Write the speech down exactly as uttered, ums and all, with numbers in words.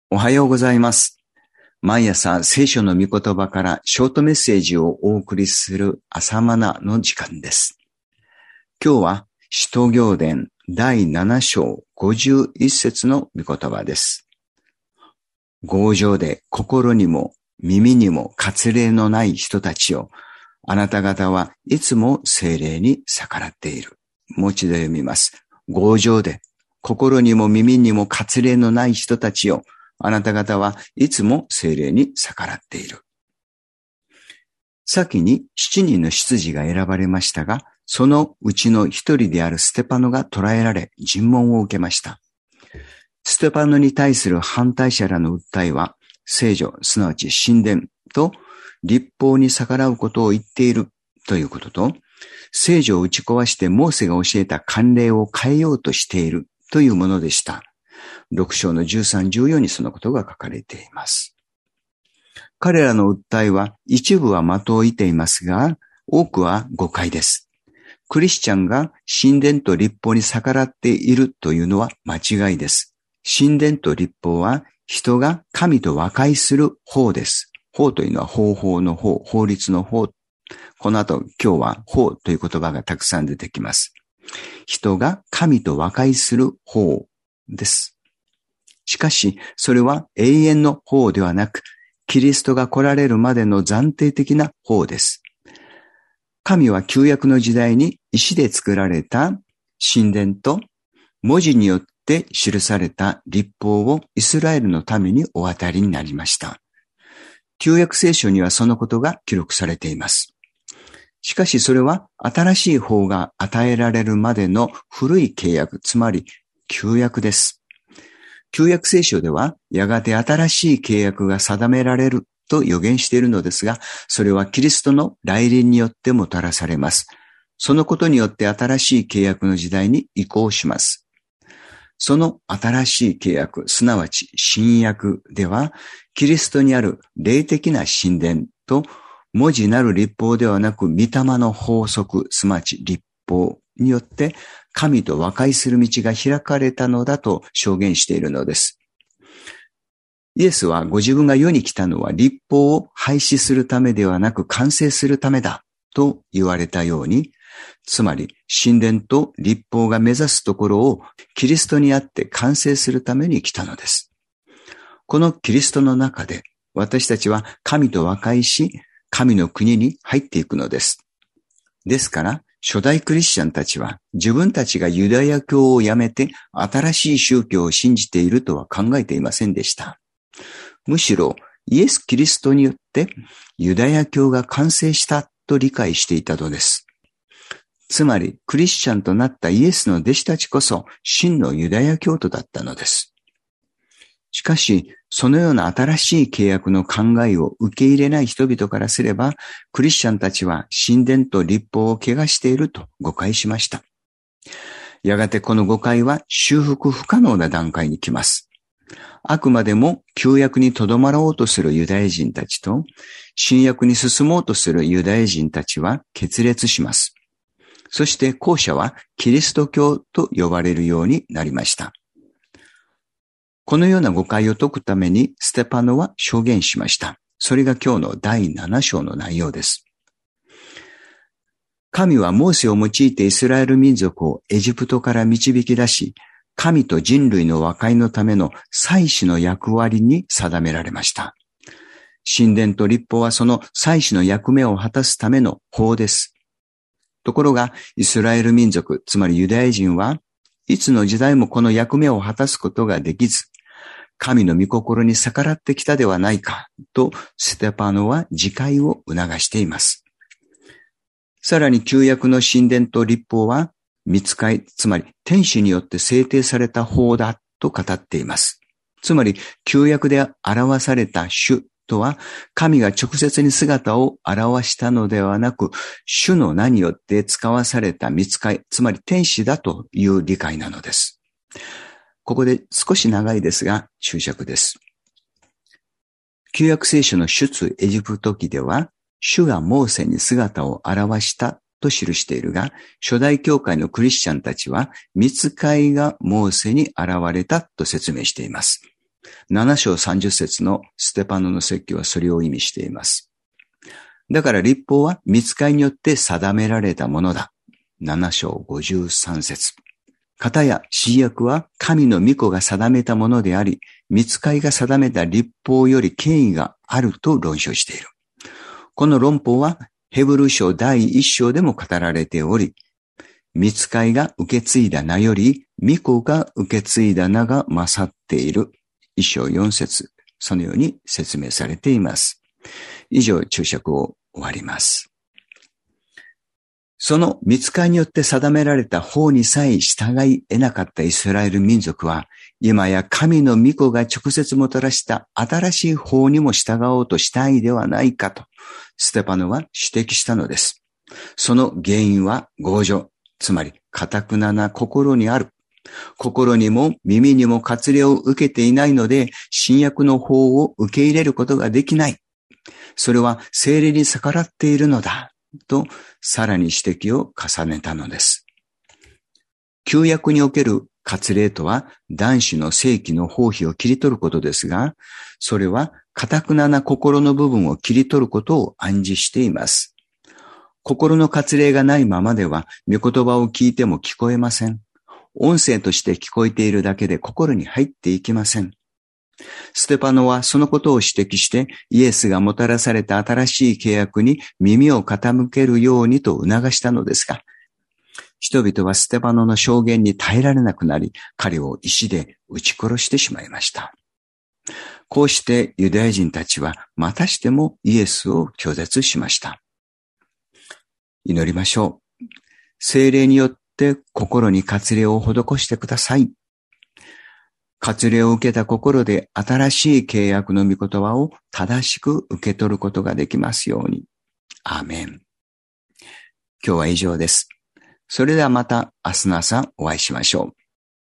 おはようございます。毎朝聖書の御言葉からショートメッセージをお送りする朝マナの時間です。今日は使徒行伝だいなな章ごじゅういっ節の御言葉です。強情で心にも耳にも割礼のない人たちよ、あなた方はいつも聖霊に逆らっている。もう一度読みます。強情で心にも耳にも割礼のない人たちよ、あなた方はいつも聖霊に逆らっている。先に七人の執事が選ばれましたが、そのうちの一人であるステパノが捕らえられ、尋問を受けました。ステパノに対する反対者らの訴えは、聖女、すなわち神殿と律法に逆らうことを言っているということと、聖女を打ち壊してモーセが教えた慣例を変えようとしているというものでした。ろく章のじゅうさん、じゅうよんにそのことが書かれています。彼らの訴えは一部は的を射ていますが、多くは誤解です。クリスチャンが神殿と律法に逆らっているというのは間違いです。神殿と律法は人が神と和解する法です。法というのは方法の法、法律の法。この後今日は法という言葉がたくさん出てきます。人が神と和解する法です。しかし、それは永遠の法ではなく、キリストが来られるまでの暫定的な法です。神は旧約の時代に石で作られた神殿と文字によって記された律法をイスラエルのためにお渡りになりました。旧約聖書にはそのことが記録されています。しかしそれは新しい法が与えられるまでの古い契約、つまり旧約です。旧約聖書ではやがて新しい契約が定められると予言しているのですが、それはキリストの来臨によってもたらされます。そのことによって新しい契約の時代に移行します。その新しい契約、すなわち新約では、キリストにある霊的な神殿と文字なる律法ではなく、御霊の法則、すなわち律法によって神と和解する道が開かれたのだと証言しているのです。イエスはご自分が世に来たのは律法を廃止するためではなく完成するためだと言われたように、つまり神殿と律法が目指すところをキリストにあって完成するために来たのです。このキリストの中で私たちは神と和解し、神の国に入っていくのです。ですから、初代クリスチャンたちは自分たちがユダヤ教をやめて新しい宗教を信じているとは考えていませんでした。むしろイエス・キリストによってユダヤ教が完成したと理解していたのです。つまりクリスチャンとなったイエスの弟子たちこそ真のユダヤ教徒だったのです。しかし、そのような新しい契約の考えを受け入れない人々からすれば、クリスチャンたちは神殿と律法を汚していると誤解しました。やがてこの誤解は修復不可能な段階に来ます。あくまでも旧約にとどまろうとするユダヤ人たちと、新約に進もうとするユダヤ人たちは決裂します。そして後者はキリスト教と呼ばれるようになりました。このような誤解を解くためにステパノは証言しました。それが今日のだいなな章の内容です。神はモーセを用いてイスラエル民族をエジプトから導き出し、神と人類の和解のための祭司の役割に定められました。神殿と律法はその祭司の役目を果たすための法です。ところが、イスラエル民族、つまりユダヤ人はいつの時代もこの役目を果たすことができず、神の御心に逆らってきたではないかとステパノは自戒を促しています。さらに旧約の神殿と律法は御使い、つまり天使によって制定された法だと語っています。つまり旧約で表された主とは神が直接に姿を表したのではなく、主の名によって使わされた御使い、つまり天使だという理解なのです。ここで少し長いですが注釈です。旧約聖書の出エジプト記では、主がモーセに姿を現したと記しているが、初代教会のクリスチャンたちは、御使いがモーセに現れたと説明しています。 なな章さんじゅっ節のステパノの説教はそれを意味しています。だから律法は御使いによって定められたものだ。なな章ごじゅうさん節。かたや新約は神の御子が定めたものであり、御使いが定めた律法より権威があると論証している。この論法はヘブル書だいいっ章でも語られており、御使いが受け継いだ名より、御子が受け継いだ名が勝っている。いっ章よん節、そのように説明されています。以上、注釈を終わります。その御使いによって定められた法にさえ従い得なかったイスラエル民族は、今や神の御子が直接もたらした新しい法にも従おうとしたいではないかと、ステパノは指摘したのです。その原因は強情、つまり堅くなな心にある。心にも耳にも割礼を受けていないので、新約の法を受け入れることができない。それは聖霊に逆らっているのだ。と、さらに指摘を重ねたのです。旧約における割礼とは、男子の性器の包皮を切り取ることですが、それは、堅くなな心の部分を切り取ることを暗示しています。心の割礼がないままでは、御言葉を聞いても聞こえません。音声として聞こえているだけで心に入っていきません。ステパノはそのことを指摘して、イエスがもたらされた新しい契約に耳を傾けるようにと促したのですが、人々はステパノの証言に耐えられなくなり、彼を石で撃ち殺してしまいました。こうしてユダヤ人たちはまたしてもイエスを拒絶しました。祈りましょう。聖霊によって心に割礼を施してください。割礼を受けた心で新しい契約の御言葉を正しく受け取ることができますように。アーメン。今日は以上です。それではまた明日の朝お会いしましょう。